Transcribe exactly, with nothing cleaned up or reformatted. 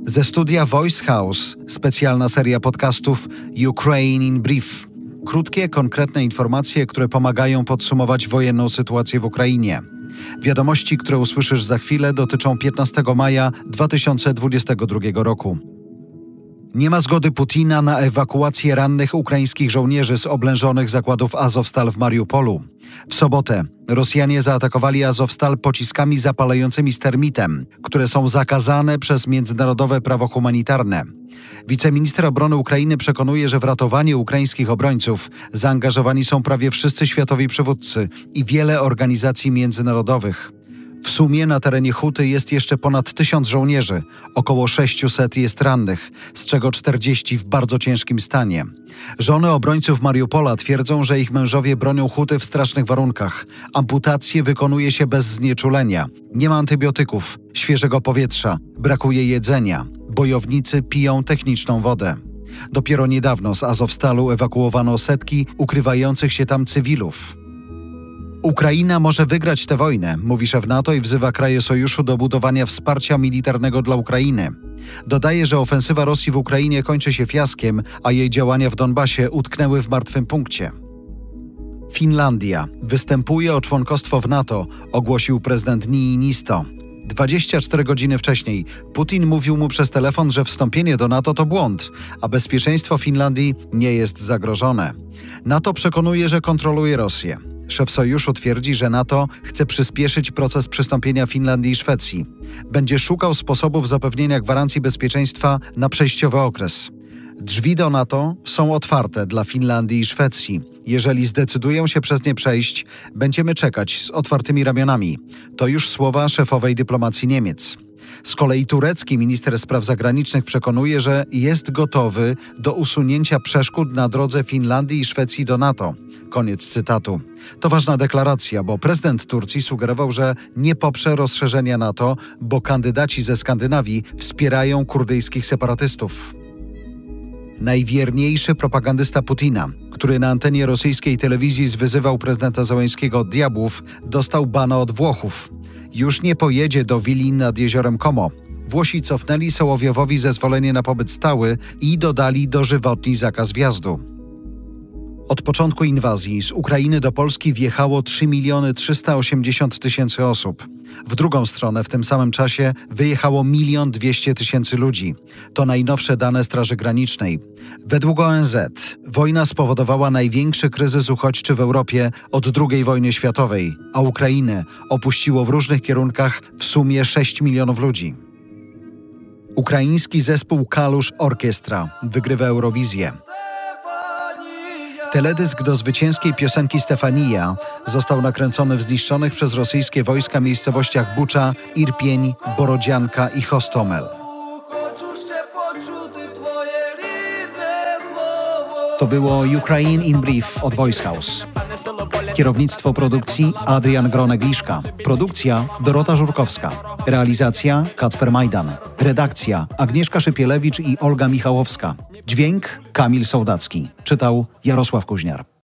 Ze studia Voice House specjalna seria podcastów Ukraine in Brief. Krótkie, konkretne informacje, które pomagają podsumować wojenną sytuację w Ukrainie. Wiadomości, które usłyszysz za chwilę, dotyczą piętnastego maja dwa tysiące dwudziestego drugiego roku. Nie ma zgody Putina na ewakuację rannych ukraińskich żołnierzy z oblężonych zakładów Azowstal w Mariupolu. W sobotę Rosjanie zaatakowali Azowstal pociskami zapalającymi z termitem, które są zakazane przez międzynarodowe prawo humanitarne. Wiceminister obrony Ukrainy przekonuje, że w ratowanie ukraińskich obrońców zaangażowani są prawie wszyscy światowi przywódcy i wiele organizacji międzynarodowych. W sumie na terenie Huty jest jeszcze ponad tysiąc żołnierzy, około sześciuset jest rannych, z czego czterdzieści w bardzo ciężkim stanie. Żony obrońców Mariupola twierdzą, że ich mężowie bronią Huty w strasznych warunkach. Amputacje wykonuje się bez znieczulenia. Nie ma antybiotyków, świeżego powietrza, brakuje jedzenia. Bojownicy piją techniczną wodę. Dopiero niedawno z Azowstalu ewakuowano setki ukrywających się tam cywilów. Ukraina może wygrać tę wojnę, mówi szef NATO i wzywa kraje sojuszu do budowania wsparcia militarnego dla Ukrainy. Dodaje, że ofensywa Rosji w Ukrainie kończy się fiaskiem, a jej działania w Donbasie utknęły w martwym punkcie. Finlandia występuje o członkostwo w NATO, ogłosił prezydent Niinisto. dwadzieścia cztery godziny wcześniej Putin mówił mu przez telefon, że wstąpienie do NATO to błąd, a bezpieczeństwo Finlandii nie jest zagrożone. NATO przekonuje, że kontroluje Rosję. Szef sojuszu twierdzi, że NATO chce przyspieszyć proces przystąpienia Finlandii i Szwecji. Będzie szukał sposobów zapewnienia gwarancji bezpieczeństwa na przejściowy okres. Drzwi do NATO są otwarte dla Finlandii i Szwecji. Jeżeli zdecydują się przez nie przejść, będziemy czekać z otwartymi ramionami. To już słowa szefowej dyplomacji Niemiec. Z kolei turecki minister spraw zagranicznych przekonuje, że jest gotowy do usunięcia przeszkód na drodze Finlandii i Szwecji do NATO. Koniec cytatu. To ważna deklaracja, bo prezydent Turcji sugerował, że nie poprze rozszerzenia NATO, bo kandydaci ze Skandynawii wspierają kurdyjskich separatystów. Najwierniejszy propagandysta Putina, który na antenie rosyjskiej telewizji zwyzywał prezydenta Zełenskiego od diabłów, dostał bana od Włochów. Już nie pojedzie do willi nad jeziorem Como. Włosi cofnęli Sołowiowowi zezwolenie na pobyt stały i dodali dożywotni zakaz wjazdu. Od początku inwazji z Ukrainy do Polski wjechało trzy miliony trzysta osiemdziesiąt tysięcy osób. W drugą stronę w tym samym czasie wyjechało milion dwieście tysięcy ludzi. To najnowsze dane Straży Granicznej. Według O N Z wojna spowodowała największy kryzys uchodźczy w Europie od drugiej wojny światowej, a Ukrainę opuściło w różnych kierunkach w sumie sześć milionów ludzi. Ukraiński zespół Kalusz Orkiestra wygrywa Eurowizję. Teledysk do zwycięskiej piosenki Stefanija został nakręcony w zniszczonych przez rosyjskie wojska miejscowościach Bucza, Irpień, Borodzianka i Hostomel. To było Ukraine in Brief od Voice House. Kierownictwo produkcji Adrian Gronegliszka. Produkcja Dorota Żurkowska. Realizacja Kacper Majdan. Redakcja Agnieszka Szypielewicz i Olga Michałowska. Dźwięk Kamil Sołdacki. Czytał Jarosław Kuźniar.